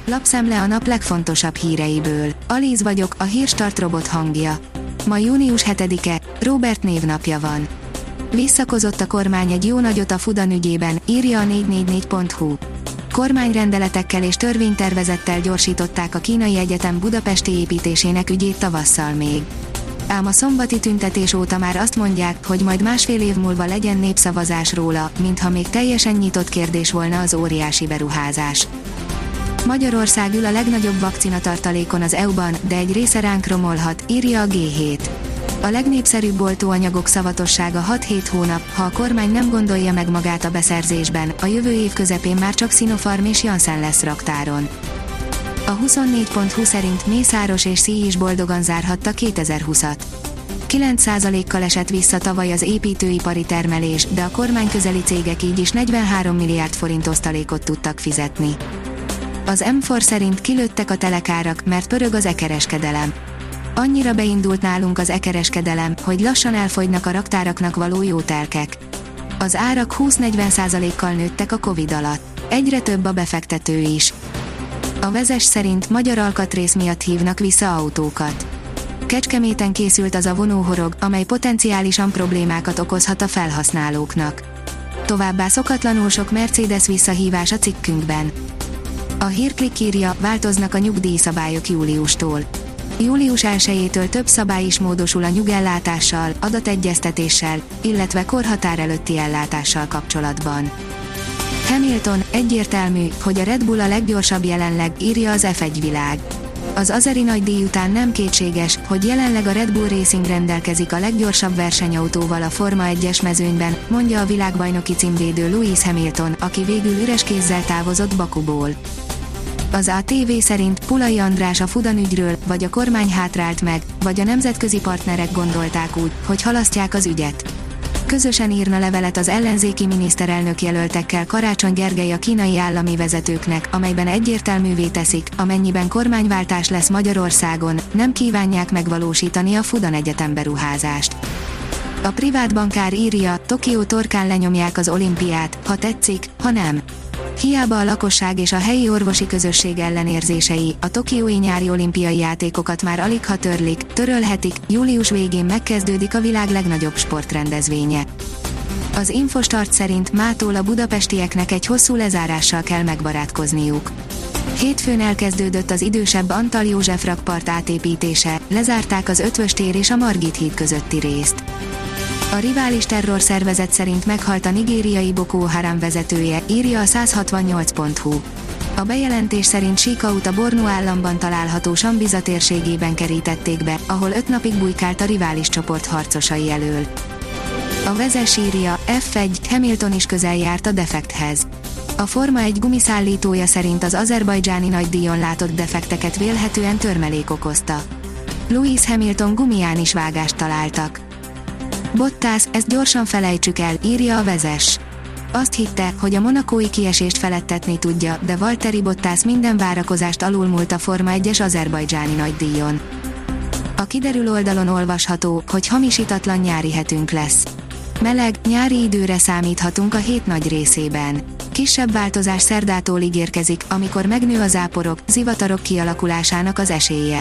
Lapszemle a nap legfontosabb híreiből. Alíz vagyok, a Hírstart robot hangja. Ma június 7-e, Róbert névnapja van. Visszakozott a kormány egy jó nagyot a Fudan ügyében, írja a 444.hu. Kormányrendeletekkel és törvénytervezettel gyorsították a kínai egyetem budapesti építésének ügyét tavasszal még. Ám a szombati tüntetés óta már azt mondják, hogy majd másfél év múlva legyen népszavazás róla, mintha még teljesen nyitott kérdés volna az óriási beruházás. Magyarország ül a legnagyobb vakcinatartalékon az EU-ban, de egy része ránk romolhat, írja a G7. A legnépszerűbb oltóanyagok szavatossága 6-7 hónap, ha a kormány nem gondolja meg magát a beszerzésben, a jövő év közepén már csak Sinopharm és Janssen lesz raktáron. A 24.hu szerint Mészáros és Szíj is boldogan zárhatta 2020-at. 9%-kal esett vissza tavaly az építőipari termelés, de a kormányközeli cégek így is 43 milliárd forint osztalékot tudtak fizetni. Az M4 szerint kilőttek a telekárak, mert pörög az e-kereskedelem. Annyira beindult nálunk az e-kereskedelem, hogy lassan elfogynak a raktáraknak való jó telkek. Az árak 20-40%-kal nőttek a Covid alatt. Egyre több a befektető is. A Vezes szerint magyar alkatrész miatt hívnak vissza autókat. Kecskeméten készült az a vonóhorog, amely potenciálisan problémákat okozhat a felhasználóknak. Továbbá szokatlanul sok Mercedes visszahívás a cikkünkben. A Hírklik írja, változnak a nyugdíjszabályok júliustól. Július 1-től több szabály is módosul a nyugellátással, adategyeztetéssel, illetve korhatár előtti ellátással kapcsolatban. Hamilton, egyértelmű, hogy a Red Bull a leggyorsabb jelenleg, írja az F1 világ. Az azeri nagydíj után nem kétséges, hogy jelenleg a Red Bull Racing rendelkezik a leggyorsabb versenyautóval a Forma 1-es mezőnyben, mondja a világbajnoki címvédő Lewis Hamilton, aki végül üres kézzel távozott Bakuból. Az ATV szerint Pulai András a Fudan ügyről, vagy a kormány hátrált meg, vagy a nemzetközi partnerek gondolták úgy, hogy halasztják az ügyet. Közösen írna levelet az ellenzéki miniszterelnök jelöltekkel Karácsony Gergely a kínai állami vezetőknek, amelyben egyértelművé teszik, amennyiben kormányváltás lesz Magyarországon, nem kívánják megvalósítani a Fudan Egyetem beruházást. A privát bankár írja, Tokió torkán lenyomják az olimpiát, ha tetszik, ha nem. Hiába a lakosság és a helyi orvosi közösség ellenérzései, a tokiói nyári olimpiai játékokat már aligha törölhetik, július végén megkezdődik a világ legnagyobb sportrendezvénye. Az Infostart szerint mától a budapestieknek egy hosszú lezárással kell megbarátkozniuk. Hétfőn elkezdődött az idősebb Antal József rakpart átépítése, lezárták az Ötvös tér és a Margit híd közötti részt. A rivális terrorszervezet szerint meghalt a nigériai Boko Haram vezetője, írja a 168.hu. A bejelentés szerint Sikaut a Borno államban található Sambiza térségében kerítették be, ahol 5 napig bujkált a rivális csoport harcosai elől. A Vezes írja, F1, Hamilton is közel járt a defekthez. A Forma 1 gumiszállítója szerint az azerbajdzsáni nagydíjon látott defekteket vélhetően törmelék okozta. Lewis Hamilton gumiján is vágást találtak. Bottas, ezt gyorsan felejtsük el, írja a Vezes. Azt hitte, hogy a monakói kiesést feledtetni tudja, de Valtteri Bottas minden várakozást alulmúlt a Forma 1-es azerbajdzsáni nagydíjon. A kiderül oldalon olvasható, hogy hamisítatlan nyári hetünk lesz. Meleg, nyári időre számíthatunk a hét nagy részében. Kisebb változás szerdától ígérkezik, amikor megnő a záporok, zivatarok kialakulásának az esélye.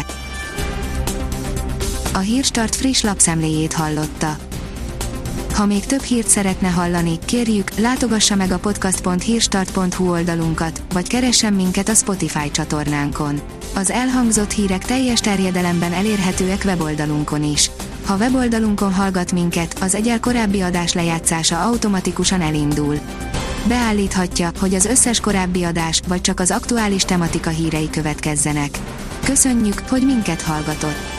A Hírstart friss lapszemléjét hallotta. Ha még több hírt szeretne hallani, kérjük, látogassa meg a podcast.hírstart.hu oldalunkat, vagy keressen minket a Spotify csatornánkon. Az elhangzott hírek teljes terjedelemben elérhetőek weboldalunkon is. Ha weboldalunkon hallgat minket, az egyel korábbi adás lejátszása automatikusan elindul. Beállíthatja, hogy az összes korábbi adás, vagy csak az aktuális tematika hírei következzenek. Köszönjük, hogy minket hallgatott!